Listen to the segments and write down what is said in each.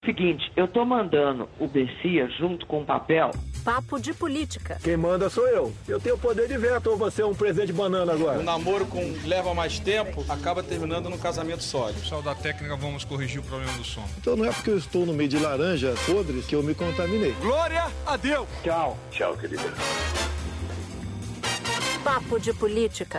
Seguinte, eu tô mandando o Bessia junto com o papel. Papo de política. Quem manda sou eu. Eu tenho poder de veto ou você é um presente de banana agora? O namoro com leva mais tempo acaba terminando num casamento sólido. Pessoal da técnica, vamos corrigir o problema do som. Então não é porque eu estou no meio de laranjas podres que eu me contaminei. Glória a Deus! Tchau. Tchau, querida. Papo de política.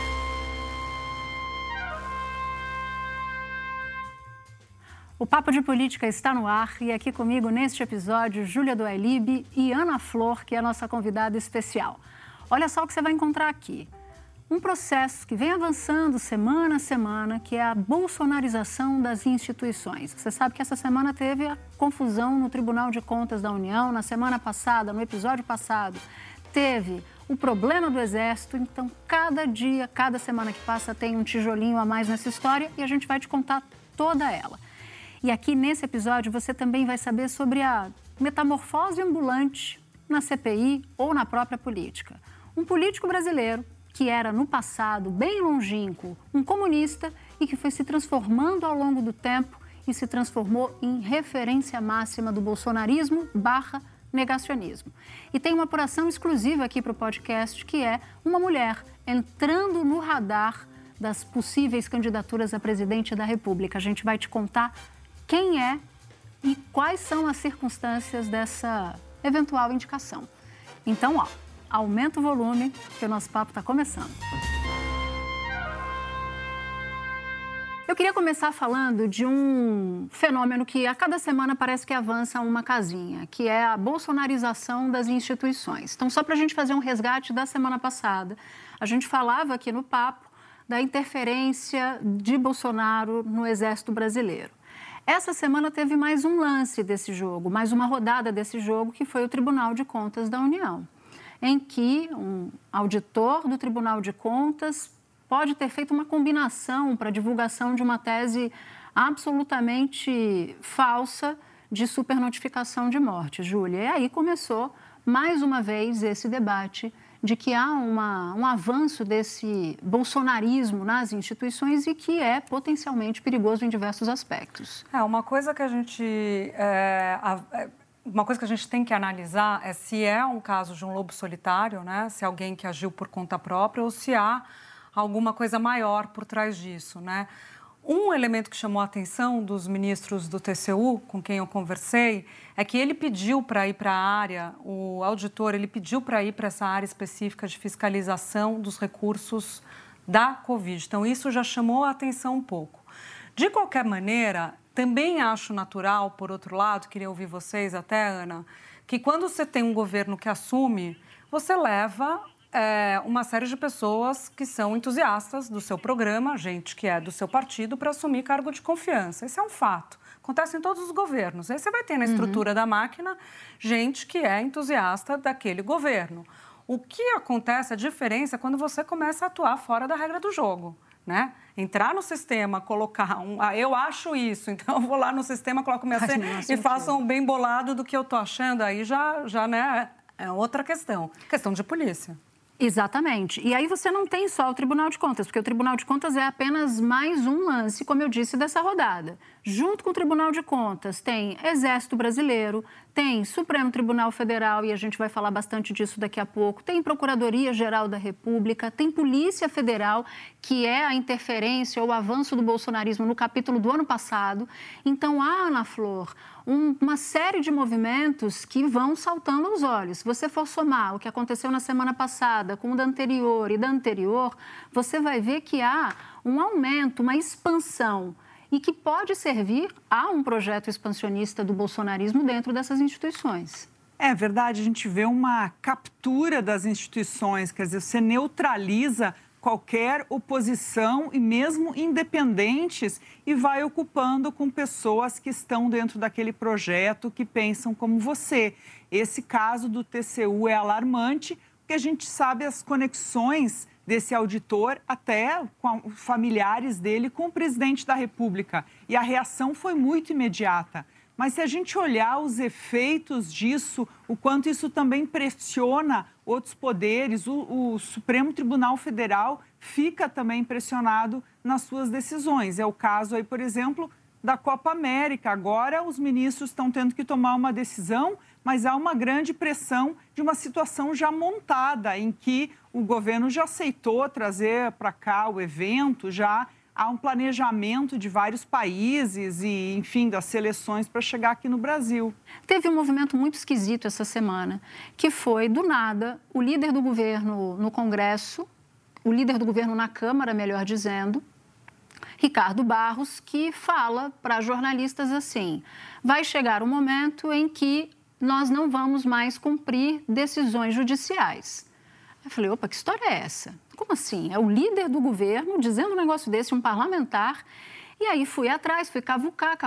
O Papo de Política está no ar e aqui comigo neste episódio, Júlia Doailib e Ana Flor, que é a nossa convidada especial. Olha só o que você vai encontrar aqui. Um processo que vem avançando semana a semana, que é a bolsonarização das instituições. Você sabe que essa semana teve a confusão no Tribunal de Contas da União, na semana passada, no episódio passado, teve o problema do Exército. Então, cada dia, cada semana que passa tem um tijolinho a mais nessa história e a gente vai te contar toda ela. E aqui nesse episódio você também vai saber sobre a metamorfose ambulante na CPI ou na própria política. Um político brasileiro que era no passado bem longínquo, um comunista e que foi se transformando ao longo do tempo e se transformou em referência máxima do bolsonarismo / negacionismo. E tem uma apuração exclusiva aqui para o podcast que é uma mulher entrando no radar das possíveis candidaturas a presidente da República. A gente vai te contar quem é e quais são as circunstâncias dessa eventual indicação. Então, aumenta o volume, que o nosso papo está começando. Eu queria começar falando de um fenômeno que a cada semana parece que avança uma casinha, que é a bolsonarização das instituições. Então, só para a gente fazer um resgate da semana passada, a gente falava aqui no papo da interferência de Bolsonaro no Exército Brasileiro. Essa semana teve mais um lance desse jogo, mais uma rodada desse jogo, que foi o Tribunal de Contas da União, em que um auditor do Tribunal de Contas pode ter feito uma combinação para divulgação de uma tese absolutamente falsa de supernotificação de morte, Júlia. E aí começou, mais uma vez, esse debate de que há um avanço desse bolsonarismo nas instituições e que é potencialmente perigoso em diversos aspectos. Uma coisa que a gente tem que analisar é se é um caso de um lobo solitário, né? Se é alguém que agiu por conta própria ou se há alguma coisa maior por trás disso, né? Um elemento que chamou a atenção dos ministros do TCU, com quem eu conversei, é que ele pediu para ir para a área, o auditor, ele pediu para ir para essa área específica de fiscalização dos recursos da Covid. Então, isso já chamou a atenção um pouco. De qualquer maneira, também acho natural, por outro lado, queria ouvir vocês até, Ana, que quando você tem um governo que assume, você leva uma série de pessoas que são entusiastas do seu programa, gente que é do seu partido, para assumir cargo de confiança. Esse é um fato. Acontece em todos os governos. Aí você vai ter na estrutura da máquina gente que é entusiasta daquele governo. O que acontece, a diferença, é quando você começa a atuar fora da regra do jogo, né? Entrar no sistema, colocar eu acho isso, então eu vou lá no sistema, coloco minha senha e faço um bem bolado do que eu estou achando. Aí já né, é outra questão. Questão de polícia. Exatamente. E aí você não tem só o Tribunal de Contas, porque o Tribunal de Contas é apenas mais um lance, como eu disse, dessa rodada. Junto com o Tribunal de Contas tem Exército Brasileiro, tem Supremo Tribunal Federal, e a gente vai falar bastante disso daqui a pouco, tem Procuradoria-Geral da República, tem Polícia Federal, que é a interferência ou o avanço do bolsonarismo no capítulo do ano passado. Então, há, Ana Flor, uma série de movimentos que vão saltando aos olhos. Se você for somar o que aconteceu na semana passada com o da anterior e da anterior, você vai ver que há um aumento, uma expansão e que pode servir a um projeto expansionista do bolsonarismo dentro dessas instituições. É verdade, a gente vê uma captura das instituições, quer dizer, você neutraliza qualquer oposição e mesmo independentes e vai ocupando com pessoas que estão dentro daquele projeto, que pensam como você. Esse caso do TCU é alarmante, porque a gente sabe as conexões desse auditor até com os familiares dele com o presidente da República. E a reação foi muito imediata. Mas se a gente olhar os efeitos disso, o quanto isso também pressiona outros poderes, o Supremo Tribunal Federal fica também pressionado nas suas decisões. É o caso aí, por exemplo, da Copa América. Agora os ministros estão tendo que tomar uma decisão, mas há uma grande pressão de uma situação já montada, em que o governo já aceitou trazer para cá o evento, já há um planejamento de vários países e, enfim, das seleções para chegar aqui no Brasil. Teve um movimento muito esquisito essa semana, que foi, do nada, o líder do governo no Congresso, o líder do governo na Câmara, melhor dizendo, Ricardo Barros, que fala para jornalistas assim: vai chegar um momento em que nós não vamos mais cumprir decisões judiciais. Eu falei, opa, que história é essa? Como assim? É o líder do governo dizendo um negócio desse, um parlamentar. E aí fui atrás, fui cavucar.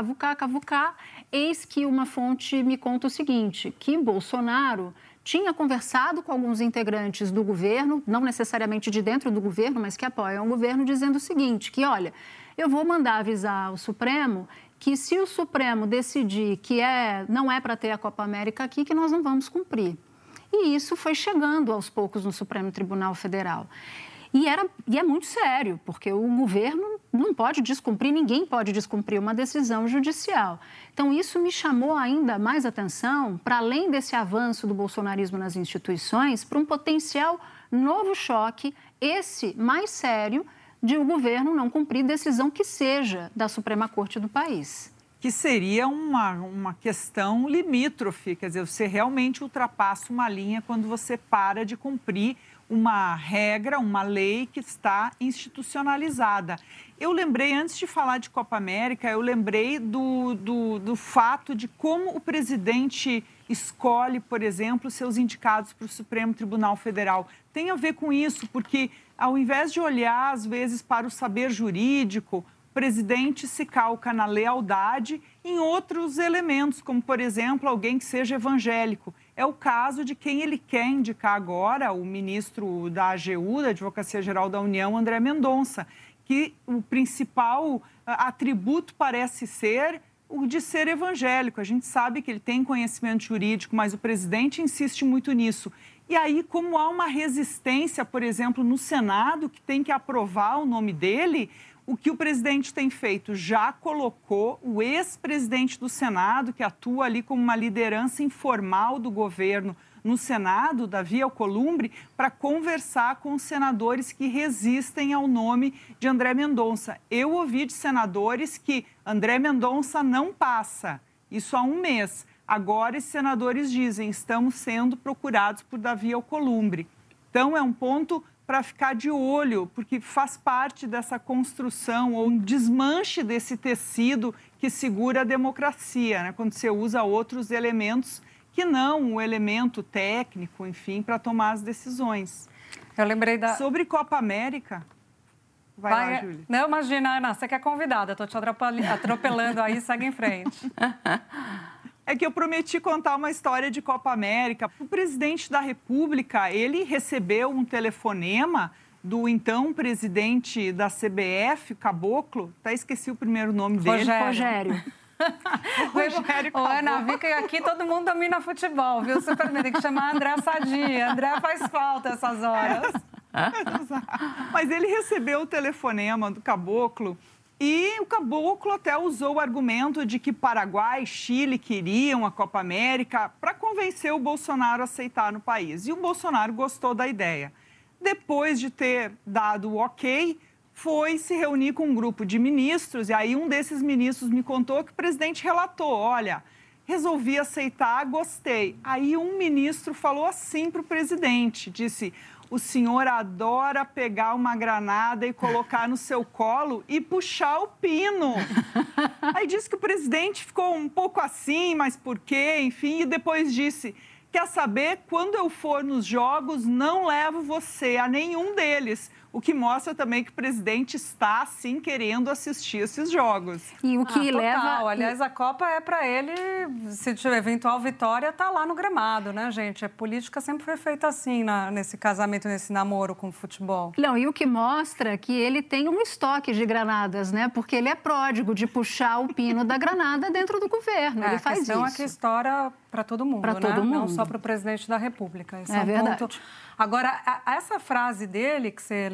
Eis que uma fonte me conta o seguinte, que Bolsonaro tinha conversado com alguns integrantes do governo, não necessariamente de dentro do governo, mas que apoiam o governo, dizendo o seguinte, que olha, eu vou mandar avisar o Supremo que se o Supremo decidir que não é para ter a Copa América aqui, que nós não vamos cumprir. E isso foi chegando aos poucos no Supremo Tribunal Federal. E é muito sério, porque o governo não pode descumprir, ninguém pode descumprir uma decisão judicial. Então, isso me chamou ainda mais atenção, para além desse avanço do bolsonarismo nas instituições, para um potencial novo choque, esse mais sério, de o governo não cumprir decisão que seja da Suprema Corte do país. Que seria uma questão limítrofe, quer dizer, você realmente ultrapassa uma linha quando você para de cumprir uma regra, uma lei que está institucionalizada. Eu lembrei, antes de falar de Copa América, eu lembrei do fato de como o presidente escolhe, por exemplo, seus indicados para o Supremo Tribunal Federal. Tem a ver com isso, porque ao invés de olhar, às vezes, para o saber jurídico, o presidente se calca na lealdade em outros elementos, como, por exemplo, alguém que seja evangélico. É o caso de quem ele quer indicar agora, o ministro da AGU, da Advocacia Geral da União, André Mendonça, que o principal atributo parece ser o de ser evangélico. A gente sabe que ele tem conhecimento jurídico, mas o presidente insiste muito nisso. E aí, como há uma resistência, por exemplo, no Senado, que tem que aprovar o nome dele, o que o presidente tem feito? Já colocou o ex-presidente do Senado, que atua ali como uma liderança informal do governo no Senado, Davi Alcolumbre, para conversar com os senadores que resistem ao nome de André Mendonça. Eu ouvi de senadores que André Mendonça não passa, isso há um mês. Agora, esses senadores dizem, estamos sendo procurados por Davi Alcolumbre. Então, é um ponto para ficar de olho, porque faz parte dessa construção ou um desmanche desse tecido que segura a democracia, né? Quando você usa outros elementos que não o elemento técnico, enfim, para tomar as decisões. Eu lembrei da... Sobre Copa América... Vai lá, Júlia. Não, imagina, Ana, você que é convidada, estou te atropelando aí, segue em frente. É que eu prometi contar uma história de Copa América. O presidente da República, ele recebeu um telefonema do então presidente da CBF, Caboclo, até esqueci o primeiro nome dele. Rogério. Rogério Caboclo. Ana, vi que aqui todo mundo domina futebol, viu? Superman, tem que chamar André Sadia. André faz falta essas horas. Mas ele recebeu o telefonema do Caboclo. E o Caboclo até usou o argumento de que Paraguai e Chile queriam a Copa América para convencer o Bolsonaro a aceitar no país. E o Bolsonaro gostou da ideia. Depois de ter dado o ok, foi se reunir com um grupo de ministros. E aí um desses ministros me contou que o presidente relatou, olha, resolvi aceitar, gostei. Aí um ministro falou assim para o presidente, disse... O senhor adora pegar uma granada e colocar no seu colo e puxar o pino. Aí disse que o presidente ficou um pouco assim, mas por quê? Enfim, e depois disse, quer saber, quando eu for nos jogos, não levo você a nenhum deles. O que mostra também que o presidente está, sim, querendo assistir esses jogos. E o que leva... Aliás, a Copa é para ele, se tiver eventual vitória, tá lá no gramado, né, gente? A política sempre foi feita assim, nesse casamento, nesse namoro com o futebol. Não, e o que mostra que ele tem um estoque de granadas, né? Porque ele é pródigo de puxar o pino da granada dentro do governo. Ele faz isso. A questão é que estoura para todo mundo, pra né? todo mundo. Não só para o presidente da República. Isso é verdade. Ponto. Agora, essa frase dele que você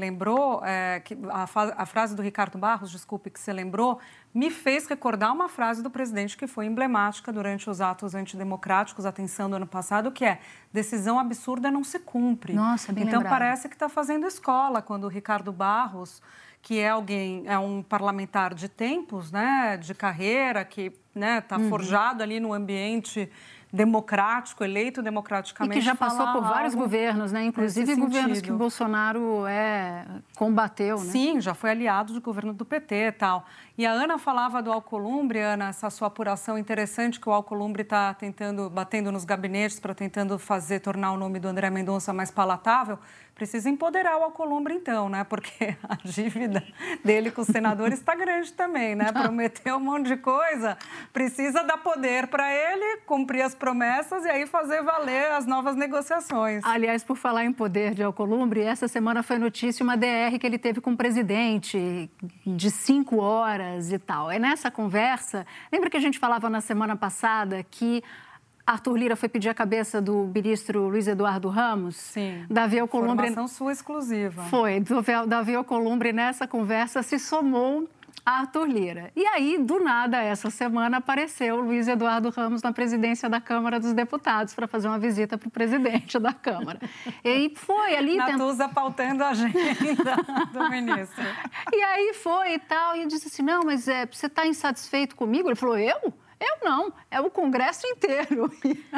lembrou, que a frase do Ricardo Barros, desculpe, que você lembrou, me fez recordar uma frase do presidente que foi emblemática durante os atos antidemocráticos, atenção, do ano passado, que é: decisão absurda não se cumpre. Nossa, bem Então, lembrado. parece que está fazendo escola quando o Ricardo Barros, que é um parlamentar de tempos, né, de carreira, que está forjado ali no ambiente democrático, eleito democraticamente. E que já passou por vários governos, né? Inclusive governos que Bolsonaro combateu, né? Sim, já foi aliado do governo do PT e tal. E a Ana falava do Alcolumbre, Ana, essa sua apuração interessante que o Alcolumbre está batendo nos gabinetes para tornar o nome do André Mendonça mais palatável. Precisa empoderar o Alcolumbre, então, né? Porque a dívida dele com os senadores está grande também, né? Prometeu um monte de coisa, precisa dar poder para ele, cumprir as promessas e aí fazer valer as novas negociações. Aliás, por falar em poder de Alcolumbre, essa semana foi notícia uma DR que ele teve com o presidente de 5 horas e tal. É nessa conversa, lembra que a gente falava na semana passada que Arthur Lira foi pedir a cabeça do ministro Luiz Eduardo Ramos? Sim. Davi Alcolumbre... Informação sua exclusiva. Foi. Davi Alcolumbre, nessa conversa, se somou a Arthur Lira. E aí, do nada, essa semana, apareceu Luiz Eduardo Ramos na presidência da Câmara dos Deputados para fazer uma visita para o presidente da Câmara. E foi ali... Natuza pautando a agenda do ministro. E aí foi e tal, e eu disse assim, não, mas você está insatisfeito comigo? Ele falou, eu? Eu não, é o Congresso inteiro.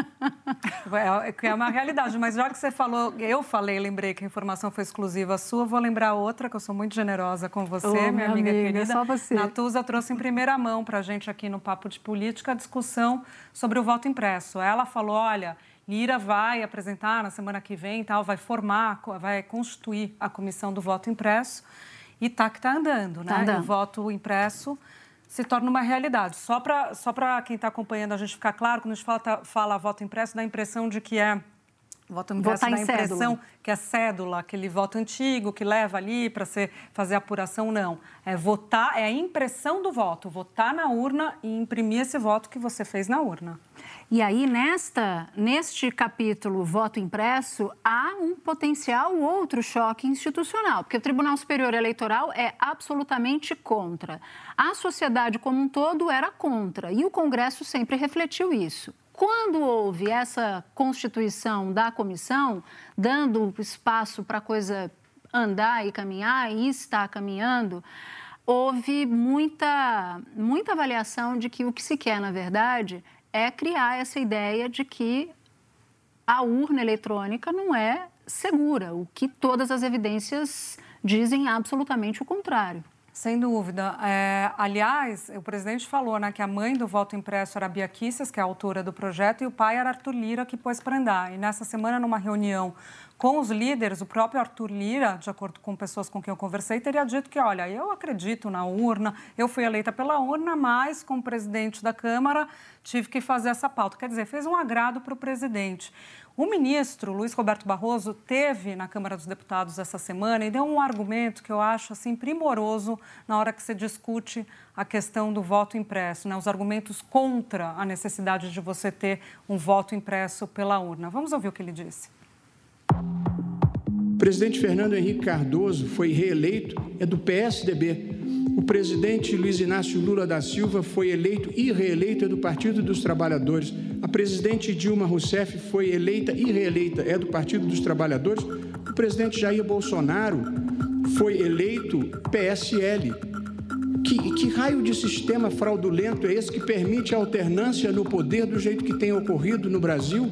É uma realidade, mas já que você falou, lembrei que a informação foi exclusiva sua, vou lembrar outra, que eu sou muito generosa com você, minha amiga querida. Só você. Natuza trouxe em primeira mão para a gente aqui no Papo de Política a discussão sobre o voto impresso. Ela falou, olha, Lira vai apresentar na semana que vem, vai constituir a comissão do voto impresso e que está andando, né? Andando. O voto impresso se torna uma realidade. Só para quem está acompanhando a gente ficar claro, quando a gente fala voto impresso, dá a impressão de que é... Voto impresso dá a impressão que é cédula, aquele voto antigo que leva ali para fazer apuração, não. É votar, é a impressão do voto, votar na urna e imprimir esse voto que você fez na urna. E aí, neste capítulo voto impresso, há um potencial outro choque institucional, porque o Tribunal Superior Eleitoral é absolutamente contra. A sociedade como um todo era contra e o Congresso sempre refletiu isso. Quando houve essa constituição da comissão, dando espaço para a coisa andar e caminhar, e está caminhando, houve muita avaliação de que o que se quer, na verdade, é criar essa ideia de que a urna eletrônica não é segura, o que todas as evidências dizem absolutamente o contrário. Sem dúvida. Aliás, o presidente falou, né, que a mãe do voto impresso era a Bia Kicis, que é a autora do projeto, e o pai era Arthur Lira, que pôs para andar. E nessa semana, numa reunião com os líderes, o próprio Arthur Lira, de acordo com pessoas com quem eu conversei, teria dito que, olha, eu acredito na urna, eu fui eleita pela urna, mas como presidente da Câmara tive que fazer essa pauta. Quer dizer, fez um agrado para o presidente. O ministro Luiz Roberto Barroso teve na Câmara dos Deputados essa semana e deu um argumento que eu acho assim primoroso na hora que se discute a questão do voto impresso, né? Os argumentos contra a necessidade de você ter um voto impresso pela urna. Vamos ouvir o que ele disse. O presidente Fernando Henrique Cardoso foi reeleito, é do PSDB. O presidente Luiz Inácio Lula da Silva foi eleito e reeleito, é do Partido dos Trabalhadores. A presidente Dilma Rousseff foi eleita e reeleita, é do Partido dos Trabalhadores. O presidente Jair Bolsonaro foi eleito PSL. Que raio de sistema fraudulento é esse que permite a alternância no poder do jeito que tem ocorrido no Brasil?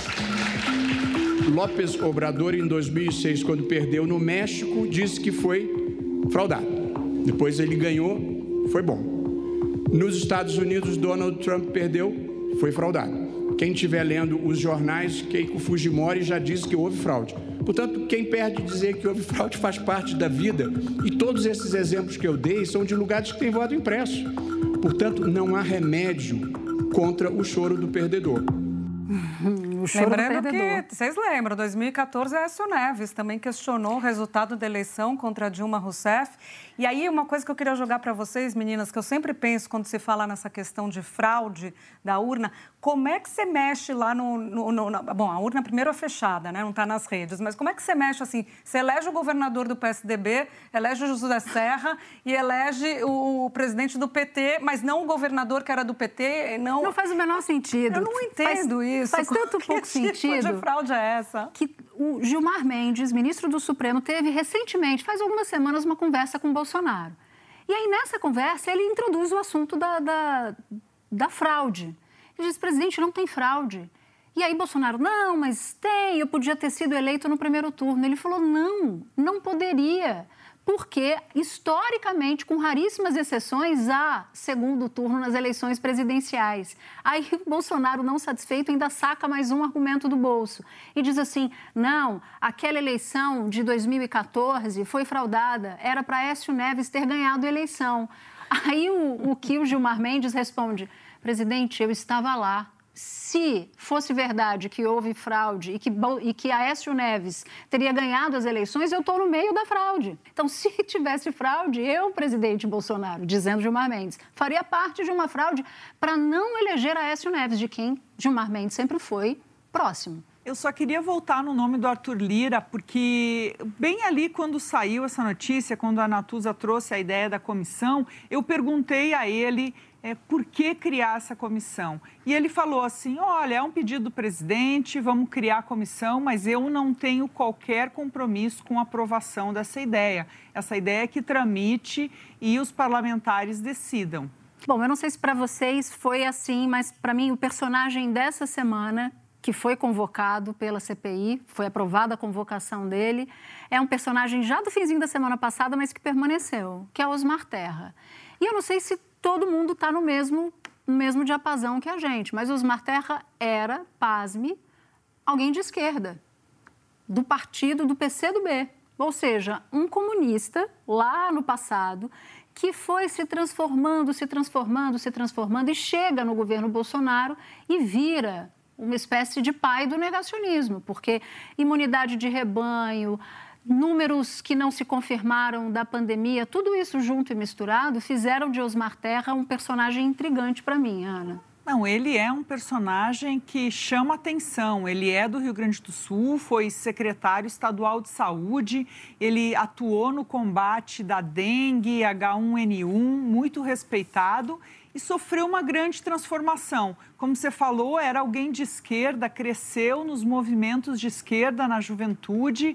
López Obrador, em 2006, quando perdeu no México, disse que foi fraudado. Depois ele ganhou, foi bom. Nos Estados Unidos, Donald Trump perdeu, foi fraudado. Quem estiver lendo os jornais, Keiko Fujimori já disse que houve fraude. Portanto, quem perde dizer que houve fraude faz parte da vida. E todos esses exemplos que eu dei são de lugares que têm voto impresso. Portanto, não há remédio contra o choro do perdedor. Lembrando que, vocês lembram, 2014, Aécio Neves também questionou o resultado da eleição contra Dilma Rousseff E aí, uma coisa que eu queria jogar para vocês, meninas, que eu sempre penso quando se fala nessa questão de fraude da urna, como é que você mexe lá Bom, a urna primeiro é fechada, né? Não está nas redes, mas como é que você mexe assim? Você elege o governador do PSDB, elege o José Serra e elege o presidente do PT, mas não o governador que era do PT, não... Não faz o menor sentido. Eu não entendo isso. Faz tanto pouco sentido. Que tipo de fraude é essa? Que o Gilmar Mendes, ministro do Supremo, teve recentemente, faz algumas semanas, uma conversa com o Bolsonaro. E aí, nessa conversa, ele introduz o assunto da fraude. Ele diz, presidente, não tem fraude. E aí, Bolsonaro, não, mas tem, eu podia ter sido eleito no primeiro turno. Ele falou, não poderia. Porque, historicamente, com raríssimas exceções, há segundo turno nas eleições presidenciais. Aí o Bolsonaro, não satisfeito, ainda saca mais um argumento do bolso e diz assim, não, aquela eleição de 2014 foi fraudada, era para Aécio Neves ter ganhado a eleição. Aí o Gilmar Mendes responde, presidente, eu estava lá. Se fosse verdade que houve fraude e que Aécio Neves teria ganhado as eleições, eu estou no meio da fraude. Então, se tivesse fraude, eu, presidente Bolsonaro, dizendo Gilmar Mendes, faria parte de uma fraude para não eleger Aécio Neves, de quem Gilmar Mendes sempre foi próximo. Eu só queria voltar no nome do Arthur Lira, porque bem ali quando saiu essa notícia, quando a Natuza trouxe a ideia da comissão, eu perguntei a ele por que criar essa comissão. E ele falou assim, olha, é um pedido do presidente, vamos criar a comissão, mas eu não tenho qualquer compromisso com a aprovação dessa ideia. Essa ideia é que tramite e os parlamentares decidam. Bom, eu não sei se para vocês foi assim, mas para mim o personagem dessa semana, que foi convocado pela CPI, foi aprovada a convocação dele, é um personagem já do finzinho da semana passada, mas que permaneceu, que é Osmar Terra. E eu não sei se todo mundo está no mesmo diapasão que a gente, mas Osmar Terra era, pasme, alguém de esquerda, do partido do PCdoB, ou seja, um comunista lá no passado que foi se transformando e chega no governo Bolsonaro e vira uma espécie de pai do negacionismo, porque imunidade de rebanho, números que não se confirmaram da pandemia, tudo isso junto e misturado fizeram de Osmar Terra um personagem intrigante para mim, Ana. Não, ele é um personagem que chama atenção. Ele é do Rio Grande do Sul, foi secretário estadual de saúde, ele atuou no combate da dengue, H1N1, muito respeitado e sofreu uma grande transformação. Como você falou, era alguém de esquerda, cresceu nos movimentos de esquerda na juventude.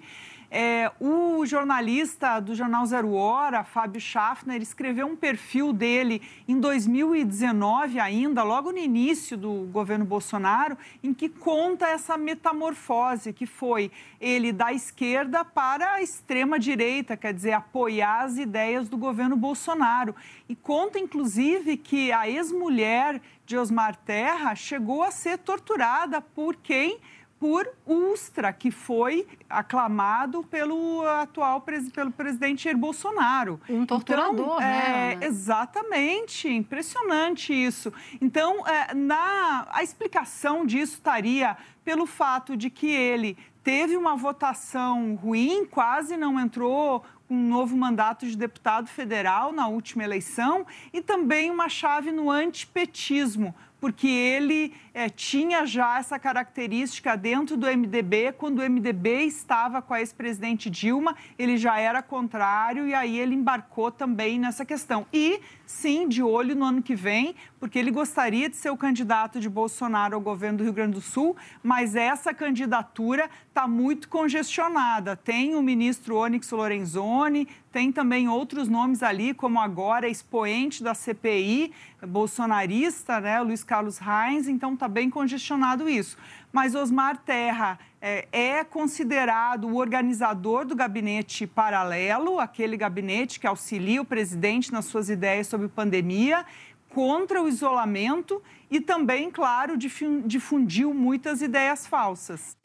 O jornalista do Jornal Zero Hora, Fábio Schaffner, escreveu um perfil dele em 2019 ainda, logo no início do governo Bolsonaro, em que conta essa metamorfose que foi ele da esquerda para a extrema-direita, quer dizer, apoiar as ideias do governo Bolsonaro. E conta, inclusive, que a ex-mulher de Osmar Terra chegou a ser torturada por quem? Por Ustra, que foi aclamado pelo presidente Jair Bolsonaro. Um torturador, então, né? Exatamente, impressionante isso. Então, a explicação disso estaria pelo fato de que ele teve uma votação ruim, quase não entrou com um novo mandato de deputado federal na última eleição e também uma chave no antipetismo, porque ele tinha já essa característica dentro do MDB, quando o MDB estava com a ex-presidente Dilma, ele já era contrário e aí ele embarcou também nessa questão. E, sim, de olho no ano que vem, porque ele gostaria de ser o candidato de Bolsonaro ao governo do Rio Grande do Sul, mas essa candidatura está muito congestionada. Tem o ministro Onyx Lorenzoni, tem também outros nomes ali, como agora expoente da CPI, bolsonarista, né, Luiz Carlos Reis, então está bem congestionado isso. Mas Osmar Terra é considerado o organizador do gabinete paralelo, aquele gabinete que auxilia o presidente nas suas ideias sobre pandemia, contra o isolamento e também, claro, difundiu muitas ideias falsas.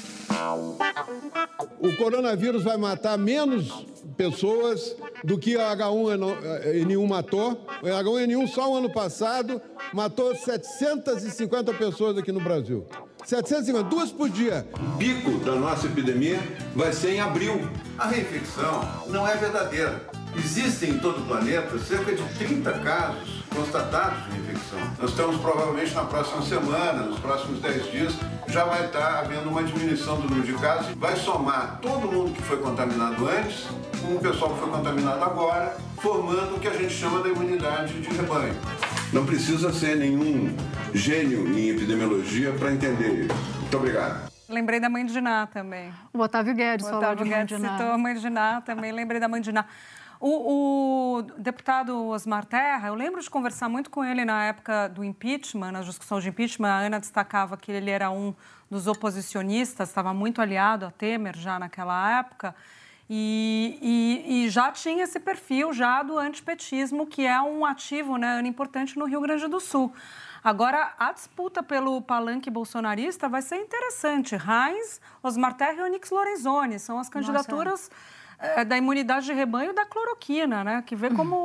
O coronavírus vai matar menos pessoas do que a H1N1 matou. O H1N1 só o ano passado matou 750 pessoas aqui no Brasil. 750, 2 por dia. O pico da nossa epidemia vai ser em abril. A reinfecção não é verdadeira. Existem em todo o planeta cerca de 30 casos constatados de infecção. Nós estamos provavelmente na próxima semana, nos próximos 10 dias, já vai estar havendo uma diminuição do número de casos. Vai somar todo mundo que foi contaminado antes com o pessoal que foi contaminado agora, formando o que a gente chama da imunidade de rebanho. Não precisa ser nenhum gênio em epidemiologia para entender isso. Muito obrigado. Lembrei da mãe de Ná também. O Otávio Guedes falou de mãe de Ná. Citou a mãe de Ná, também lembrei da mãe de Ná. O deputado Osmar Terra, eu lembro de conversar muito com ele na época do impeachment, nas discussões de impeachment. A Ana destacava que ele era um dos oposicionistas, estava muito aliado a Temer já naquela época. E já tinha esse perfil já do antipetismo, que é um ativo, né, Ana, importante no Rio Grande do Sul. Agora, a disputa pelo palanque bolsonarista vai ser interessante. Reins, Osmar Terra e Onyx Lorenzoni são as candidaturas da imunidade de rebanho e da cloroquina, né? Que vê como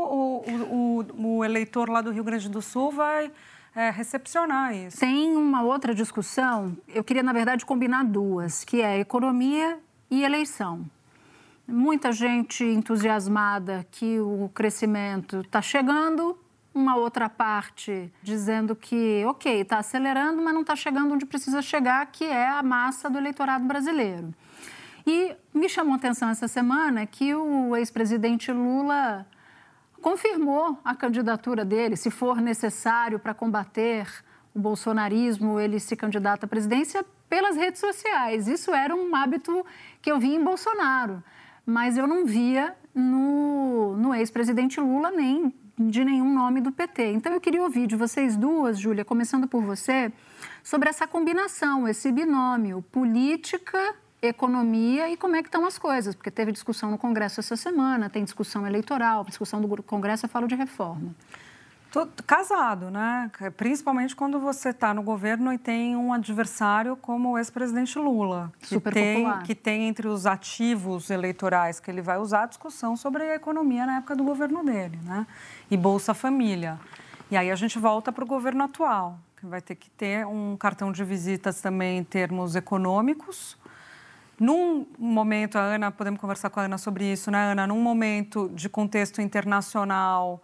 o eleitor lá do Rio Grande do Sul vai recepcionar isso. Tem uma outra discussão, eu queria, na verdade, combinar duas, que é economia e eleição. Muita gente entusiasmada que o crescimento está chegando, uma outra parte dizendo que, ok, está acelerando, mas não está chegando onde precisa chegar, que é a massa do eleitorado brasileiro. E me chamou a atenção essa semana que o ex-presidente Lula confirmou a candidatura dele. Se for necessário para combater o bolsonarismo, ele se candidata à presidência pelas redes sociais. Isso era um hábito que eu vi em Bolsonaro, mas eu não via no ex-presidente Lula nem de nenhum nome do PT. Então, eu queria ouvir de vocês duas, Júlia, começando por você, sobre essa combinação, esse binômio política, economia e como é que estão as coisas, porque teve discussão no Congresso essa semana, tem discussão eleitoral, discussão do Congresso, eu falo de reforma. Casado, né? Principalmente quando você está no governo e tem um adversário como o ex-presidente Lula, que tem entre os ativos eleitorais que ele vai usar a discussão sobre a economia na época do governo dele, né? E Bolsa Família. E aí a gente volta para o governo atual, que vai ter que ter um cartão de visitas também em termos econômicos. Num momento, a Ana, podemos conversar com a Ana sobre isso, né, Ana? Num momento de contexto internacional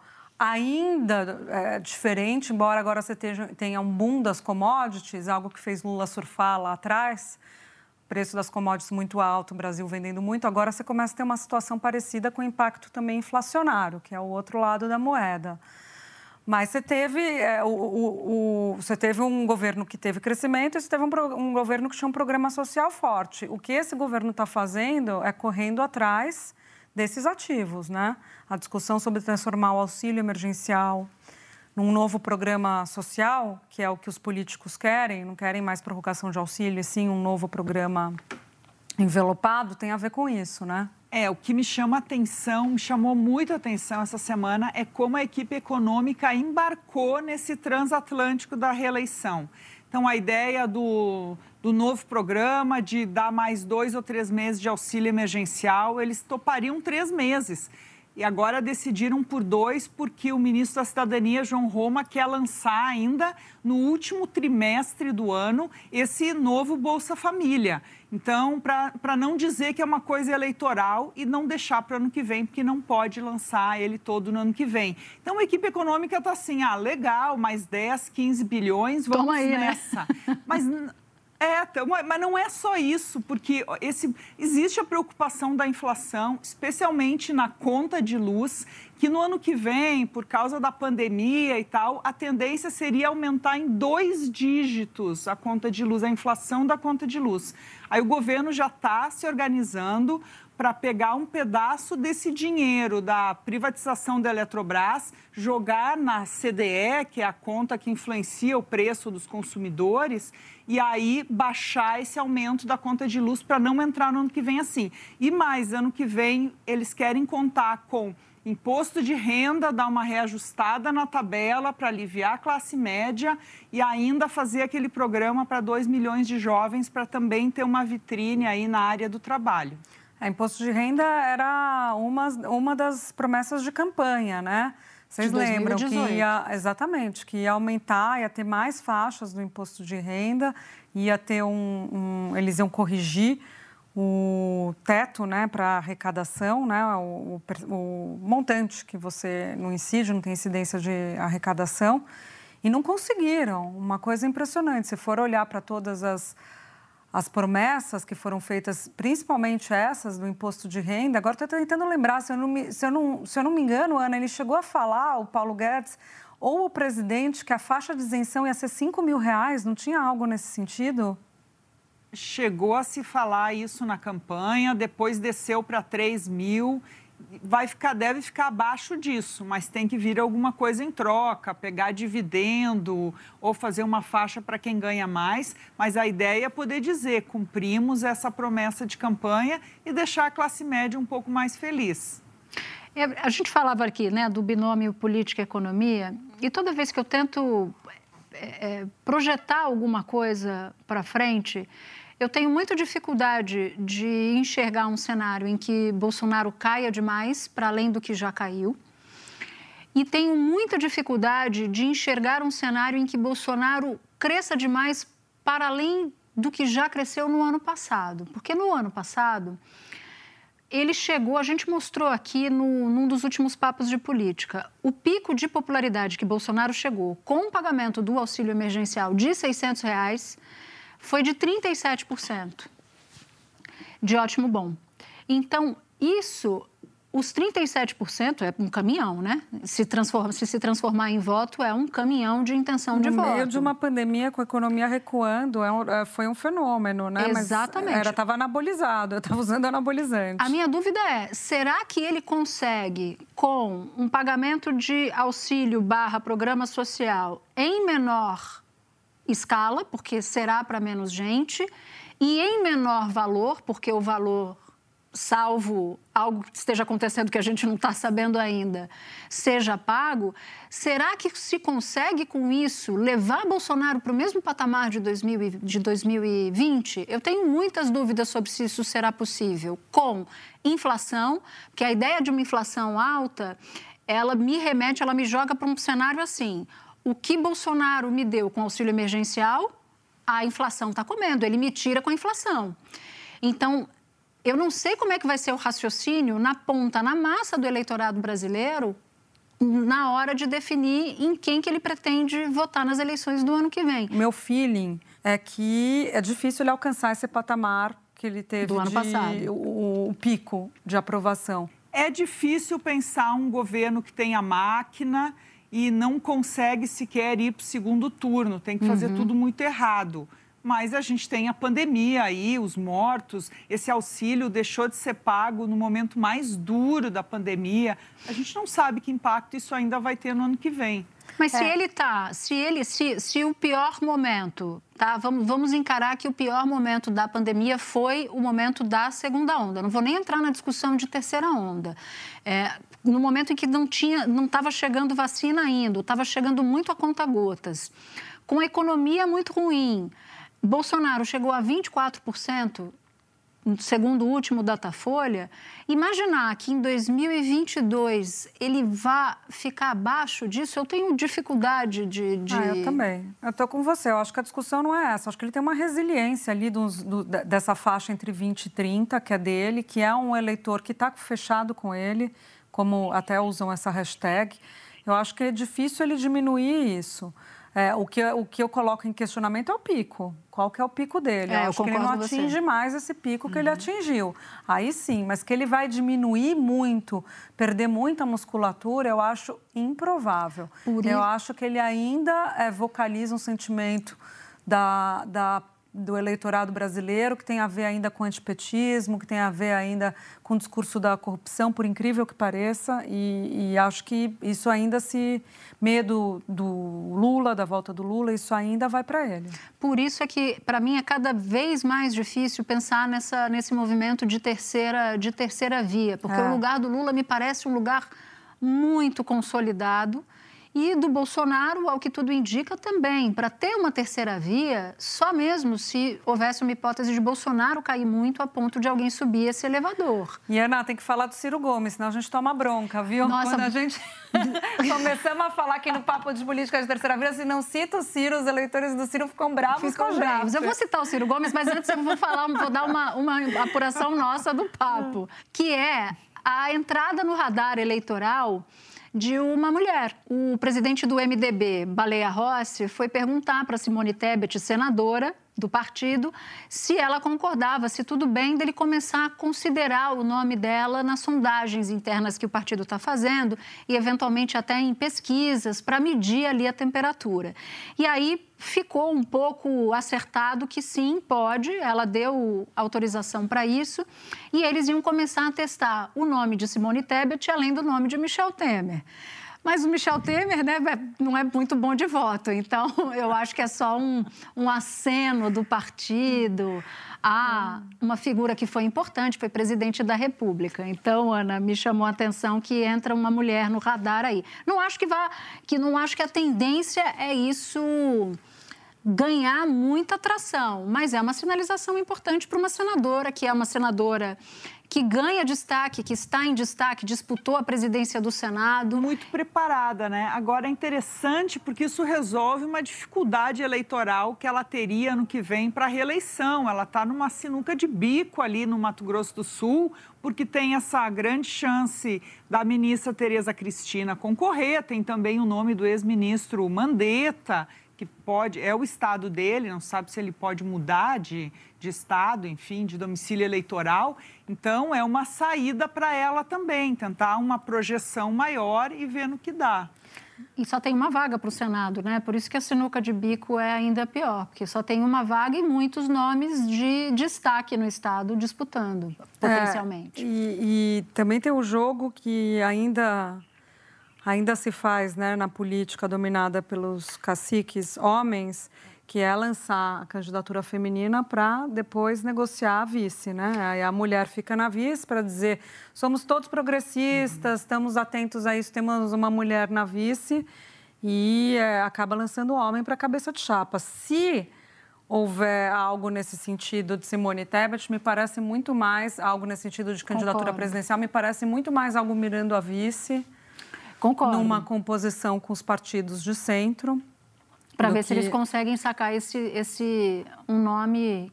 ainda diferente, embora agora você tenha um boom das commodities, algo que fez Lula surfar lá atrás, preço das commodities muito alto, o Brasil vendendo muito, agora você começa a ter uma situação parecida com o impacto também inflacionário, que é o outro lado da moeda. Mas você teve, você teve um governo que teve crescimento e você teve um governo que tinha um programa social forte. O que esse governo está fazendo é correndo atrás desses ativos, né? A discussão sobre transformar o auxílio emergencial num novo programa social, que é o que os políticos querem, não querem mais prorrogação de auxílio, e sim um novo programa envelopado, tem a ver com isso, né? O que me chamou muito a atenção essa semana é como a equipe econômica embarcou nesse transatlântico da reeleição. Então, a ideia do novo programa, de dar mais 2 ou 3 meses de auxílio emergencial, eles topariam 3 meses. E agora decidiram por 2, porque o ministro da Cidadania, João Roma, quer lançar ainda no último trimestre do ano esse novo Bolsa Família. Então, para não dizer que é uma coisa eleitoral e não deixar para o ano que vem, porque não pode lançar ele todo no ano que vem. Então, a equipe econômica está assim, legal, mais 10, 15 bilhões, vamos nessa. Né? Mas não é só isso, porque existe a preocupação da inflação, especialmente na conta de luz, que no ano que vem, por causa da pandemia e tal, a tendência seria aumentar em 2 dígitos a conta de luz, a inflação da conta de luz. Aí o governo já está se organizando para pegar um pedaço desse dinheiro da privatização da Eletrobras, jogar na CDE, que é a conta que influencia o preço dos consumidores, e aí baixar esse aumento da conta de luz para não entrar no ano que vem assim. E mais, ano que vem, eles querem contar com imposto de renda, dar uma reajustada na tabela para aliviar a classe média e ainda fazer aquele programa para 2 milhões de jovens para também ter uma vitrine aí na área do trabalho. Imposto de renda era uma das promessas de campanha, né? Vocês lembram que que ia aumentar, ia ter mais faixas do imposto de renda, ia ter eles iam corrigir o teto, né, para arrecadação, né, o montante que você não incide, não tem incidência de arrecadação, e não conseguiram. Uma coisa impressionante, se for olhar para todas as promessas que foram feitas, principalmente essas do imposto de renda, agora estou tentando lembrar, se eu não me engano, Ana, ele chegou a falar, o Paulo Guedes, ou o presidente, que a faixa de isenção ia ser R$5.000, não tinha algo nesse sentido? Chegou a se falar isso na campanha, depois desceu para 3.000, deve ficar abaixo disso, mas tem que vir alguma coisa em troca, pegar dividendo ou fazer uma faixa para quem ganha mais, mas a ideia é poder dizer, cumprimos essa promessa de campanha e deixar a classe média um pouco mais feliz. A gente falava aqui, né, do binômio política e economia, e toda vez que eu tento projetar alguma coisa para frente, eu tenho muita dificuldade de enxergar um cenário em que Bolsonaro caia demais, para além do que já caiu. E tenho muita dificuldade de enxergar um cenário em que Bolsonaro cresça demais, para além do que já cresceu no ano passado. Porque no ano passado, ele chegou, a gente mostrou aqui num dos últimos papos de política, o pico de popularidade que Bolsonaro chegou com o pagamento do auxílio emergencial de R$600, foi de 37%, de ótimo bom. Então, os 37% é um caminhão, né? Se se transformar em voto, é um caminhão de intenção de voto. No meio de uma pandemia, com a economia recuando, foi um fenômeno, né? Exatamente. Mas estava anabolizado, eu estava usando anabolizante. A minha dúvida é, será que ele consegue, com um pagamento de auxílio / programa social em menor escala, porque será para menos gente, e em menor valor, porque o valor, salvo algo que esteja acontecendo que a gente não está sabendo ainda, seja pago, será que se consegue com isso levar Bolsonaro para o mesmo patamar de 2020? Eu tenho muitas dúvidas sobre se isso será possível com inflação, porque a ideia de uma inflação alta, ela me joga para um cenário assim: o que Bolsonaro me deu com auxílio emergencial, a inflação está comendo, ele me tira com a inflação. Então, eu não sei como é que vai ser o raciocínio na ponta, na massa do eleitorado brasileiro, na hora de definir em quem que ele pretende votar nas eleições do ano que vem. Meu feeling é que é difícil ele alcançar esse patamar que ele teve do ano passado, o pico de aprovação. É difícil pensar um governo que tem a máquina e não consegue sequer ir para o segundo turno, tem que fazer tudo muito errado. Mas a gente tem a pandemia aí, os mortos, esse auxílio deixou de ser pago no momento mais duro da pandemia. A gente não sabe que impacto isso ainda vai ter no ano que vem. Mas se o pior momento, tá? Vamos encarar que o pior momento da pandemia foi o momento da segunda onda. Não vou nem entrar na discussão de terceira onda. No momento em que não estava chegando vacina ainda, estava chegando muito a conta-gotas, com a economia muito ruim. Bolsonaro chegou a 24%, segundo o último Datafolha. Imaginar que em 2022 ele vá ficar abaixo disso, eu tenho dificuldade de... eu também. Eu estou com você. Eu acho que a discussão não é essa. Eu acho que ele tem uma resiliência ali dessa faixa entre 20 e 30, que é dele, que é um eleitor que está fechado com ele, como até usam essa hashtag. Eu acho que é difícil ele diminuir isso. O que eu coloco em questionamento é o pico. Qual que é o pico dele? Eu acho que ele não atinge mais esse pico que ele atingiu. Aí sim, mas que ele vai diminuir muito, perder muita musculatura, eu acho improvável. Eu acho que ele ainda vocaliza um sentimento do eleitorado brasileiro, que tem a ver ainda com antipetismo, que tem a ver ainda com o discurso da corrupção, por incrível que pareça, e acho que isso ainda medo do Lula, da volta do Lula, isso ainda vai para ele. Por isso é que, para mim, é cada vez mais difícil pensar nesse movimento de terceira via, porque o lugar do Lula me parece um lugar muito consolidado E do Bolsonaro, ao que tudo indica, também. Para ter uma terceira via, só mesmo se houvesse uma hipótese de Bolsonaro cair muito a ponto de alguém subir esse elevador. E, Ana, tem que falar do Ciro Gomes, senão a gente toma bronca, viu? Nossa. Quando a gente começamos a falar aqui no Papo de Política de Terceira Via, se não cita o Ciro, os eleitores do Ciro ficam bravos. Ficam bravos. Eu vou citar o Ciro Gomes, mas antes eu vou dar uma apuração nossa do papo, que é a entrada no radar eleitoral de uma mulher. O presidente do MDB, Baleia Rossi, foi perguntar para Simone Tebet, senadora do partido, se ela concordava, se tudo bem dele começar a considerar o nome dela nas sondagens internas que o partido está fazendo e, eventualmente, até em pesquisas para medir ali a temperatura. E aí ficou um pouco acertado que sim, pode, ela deu autorização para isso e eles iam começar a testar o nome de Simone Tebet além do nome de Michel Temer. Mas o Michel Temer, né, não é muito bom de voto. Então, eu acho que é só um aceno do partido a uma figura que foi importante, foi presidente da República. Então, Ana, me chamou a atenção que entra uma mulher no radar aí. Não acho que a tendência é isso ganhar muita atração, mas é uma sinalização importante para uma senadora, que é uma senadora que ganha destaque, que está em destaque, disputou a presidência do Senado. Muito preparada, né? Agora é interessante porque isso resolve uma dificuldade eleitoral que ela teria ano que vem para a reeleição. Ela está numa sinuca de bico ali no Mato Grosso do Sul, porque tem essa grande chance da ministra Tereza Cristina concorrer, tem também o nome do ex-ministro Mandetta, que pode, é o estado dele, não sabe se ele pode mudar de estado, enfim, de domicílio eleitoral. Então, é uma saída para ela também, tentar uma projeção maior e ver no que dá. E só tem uma vaga para o Senado, né? Por isso que a sinuca de bico é ainda pior, porque só tem uma vaga e muitos nomes de destaque no estado disputando, potencialmente. E também tem o jogo que ainda se faz, né, na política dominada pelos caciques homens, que é lançar a candidatura feminina para depois negociar a vice, né? Aí a mulher fica na vice para dizer, somos todos progressistas, estamos atentos a isso, temos uma mulher na vice e acaba lançando o homem para a cabeça de chapa. Se houver algo nesse sentido de Simone Tebet, me parece muito mais, algo nesse sentido de candidatura presidencial, me parece muito mais algo mirando a vice. Concordo. Numa composição com os partidos de centro. Para ver se eles conseguem sacar um nome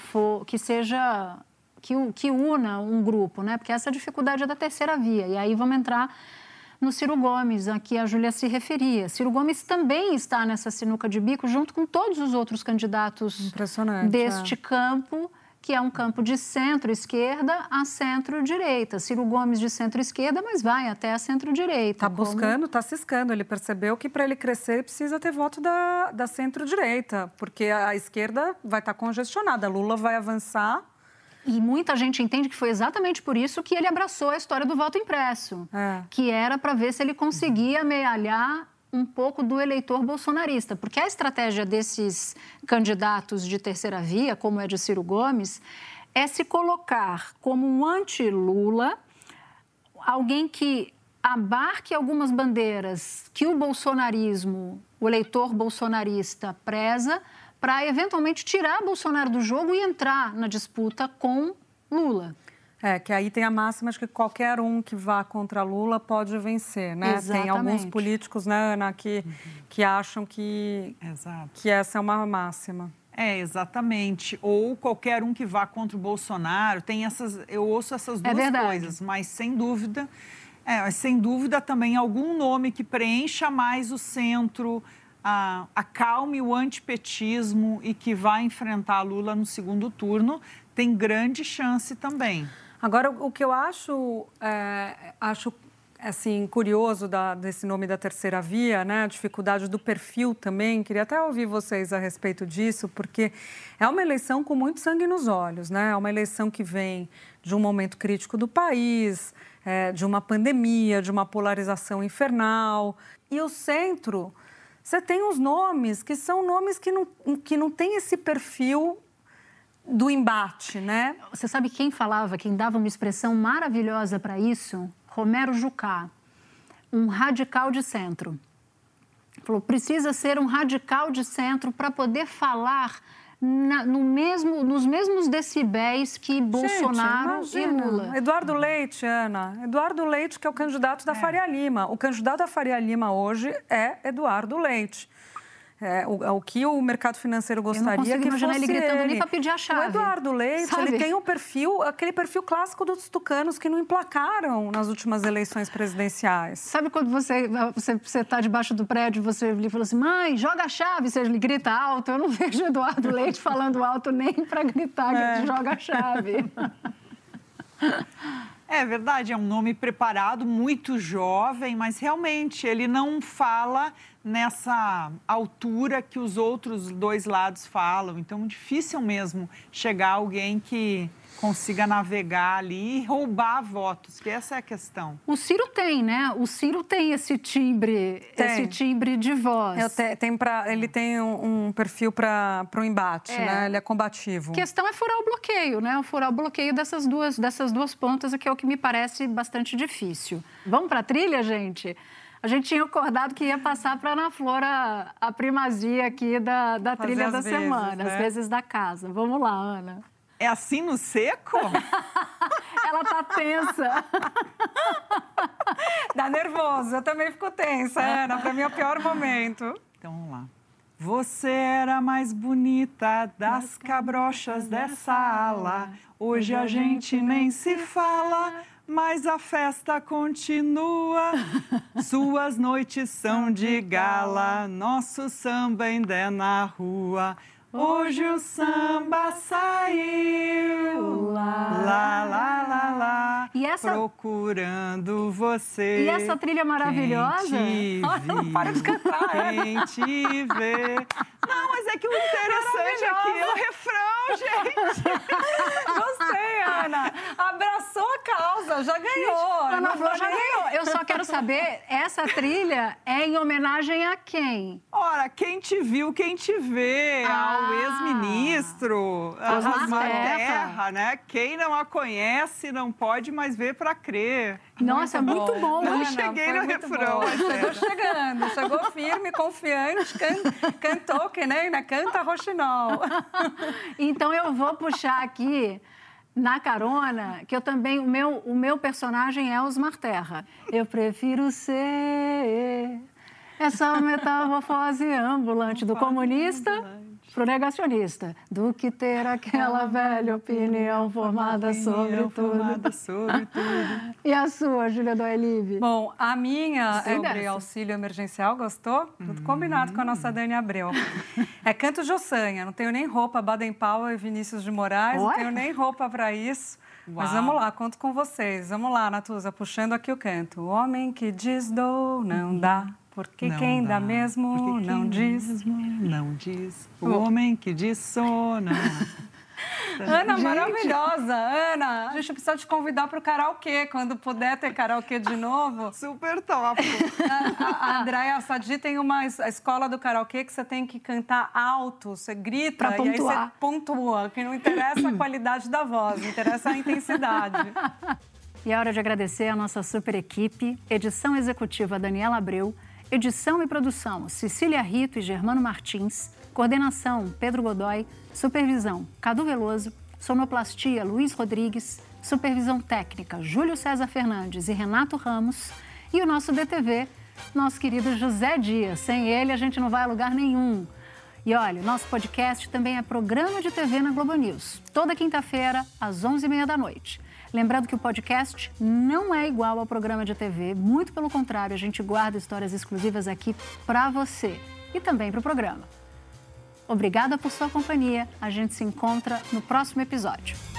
que una um grupo, né? Porque essa é a dificuldade da terceira via. E aí vamos entrar no Ciro Gomes, a que a Júlia se referia. Ciro Gomes também está nessa sinuca de bico, junto com todos os outros candidatos deste campo, que é um campo de centro-esquerda a centro-direita. Ciro Gomes de centro-esquerda, mas vai até a centro-direita. Está buscando, está ciscando. Ele percebeu que para ele crescer ele precisa ter voto da centro-direita, porque a esquerda vai estar congestionada. Lula vai avançar. E muita gente entende que foi exatamente por isso que ele abraçou a história do voto impresso, que era para ver se ele conseguia amealhar um pouco do eleitor bolsonarista, porque a estratégia desses candidatos de terceira via, como é de Ciro Gomes, é se colocar como um anti-Lula, alguém que abarque algumas bandeiras que o bolsonarismo, o eleitor bolsonarista preza, para eventualmente tirar Bolsonaro do jogo e entrar na disputa com Lula. Que aí tem a máxima de que qualquer um que vá contra Lula pode vencer, né? Exatamente. Tem alguns políticos, né, Ana, que acham que essa é uma máxima. Exatamente. Ou qualquer um que vá contra o Bolsonaro. Eu ouço essas duas coisas, mas sem dúvida também algum nome que preencha mais o centro, acalme o antipetismo e que vai enfrentar Lula no segundo turno, tem grande chance também. Agora, o que eu acho assim, curioso desse nome da terceira via, né? A dificuldade do perfil também, queria até ouvir vocês a respeito disso, porque é uma eleição com muito sangue nos olhos, né? É uma eleição que vem de um momento crítico do país, de uma pandemia, de uma polarização infernal. E o centro, você tem os nomes que são nomes que não têm esse perfil do embate, né? Você sabe quem dava uma expressão maravilhosa para isso? Romero Jucá, um radical de centro. Falou, precisa ser um radical de centro para poder falar nos mesmos decibéis que Bolsonaro e Lula. Eduardo Leite, Ana. Eduardo Leite, que é o candidato da Faria Lima. O candidato da Faria Lima hoje é Eduardo Leite. O que o mercado financeiro gostaria que fosse ele gritando nem para pedir a chave. O Eduardo Leite, ele tem aquele perfil clássico dos tucanos que não emplacaram nas últimas eleições presidenciais. Sabe quando você está debaixo do prédio, você lhe fala assim, mãe, joga a chave, você grita alto. Eu não vejo Eduardo Leite falando alto nem para gritar que joga a chave. É verdade, é um nome preparado, muito jovem, mas realmente ele não fala nessa altura que os outros dois lados falam. Então, difícil mesmo chegar alguém que consiga navegar ali e roubar votos, que essa é a questão. O Ciro tem, né? O Ciro tem esse timbre de voz. Ele tem um perfil para o embate, né? Ele é combativo. A questão é furar o bloqueio, né? Furar o bloqueio dessas duas pontas, que é o que me parece bastante difícil. Vamos para a trilha, gente? A gente tinha acordado que ia passar para Ana Flor a primazia aqui da trilha da semana, as vezes da casa. Vamos lá, Ana. É assim no seco? Ela tá tensa. Dá nervoso, eu também fico tensa, Ana. Para mim é o pior momento. Então, vamos lá. Você era a mais bonita das cabrochas dessa ala. Hoje a gente nem se fala, mas a festa continua. Suas noites são de gala, nosso samba ainda é na rua. Hoje o samba saiu, lá, procurando você. E essa trilha maravilhosa? Não para de cantar, quem te vê. Não, mas é que o interessante aqui é o refrão, gente. Gostei, Ana. Abraçou a causa, já ganhou. Ana Flor já ganhou. Eu só quero saber, essa trilha é em homenagem a quem? Ora, quem te viu, quem te vê. Ao ex-ministro, Osmar Terra, né? Quem não a conhece não pode mais ver para crer. Nossa, muito bom. Não Ana, cheguei no refrão. Chegou firme, confiante, cantou que nem na canta roxinol. Então eu vou puxar aqui na carona, que eu também, o meu personagem é Osmar Terra. Eu prefiro ser essa metamorfose ambulante do comunista pro negacionista, do que ter aquela velha opinião formada sobre tudo. E a sua, Júlia Doyle? Bom, a minha é sobre auxílio emergencial, gostou? Tudo combinado com a nossa Dani Abreu. É canto Jossanha, não tenho nem roupa, Baden Powell e Vinícius de Moraes, não tenho nem roupa para isso. Uau. Mas vamos lá, conto com vocês. Vamos lá, Natuza, puxando aqui o canto. O homem que diz dou, não dá. Porque não quem dá mesmo porque não diz. Não diz. O homem que diz sou, não. Ana, maravilhosa. Ana, a gente precisa te convidar para o karaokê, quando puder ter karaokê de novo. Super top. A Andréia Sadi tem a escola do karaokê que você tem que cantar alto, você grita pra pontuar. E aí você pontua. Que não interessa a qualidade da voz, interessa a intensidade. E é hora de agradecer a nossa super equipe, edição executiva Daniela Abreu, edição e produção Cecília Rito e Germano Martins, coordenação Pedro Godoy, supervisão Cadu Veloso, sonoplastia Luiz Rodrigues, supervisão técnica Júlio César Fernandes e Renato Ramos e o nosso DTV, nosso querido José Dias. Sem ele a gente não vai a lugar nenhum. E olha, o nosso podcast também é programa de TV na Globo News, toda quinta-feira às 11h30 da noite. Lembrando que o podcast não é igual ao programa de TV, muito pelo contrário, a gente guarda histórias exclusivas aqui para você e também para o programa. Obrigada por sua companhia, a gente se encontra no próximo episódio.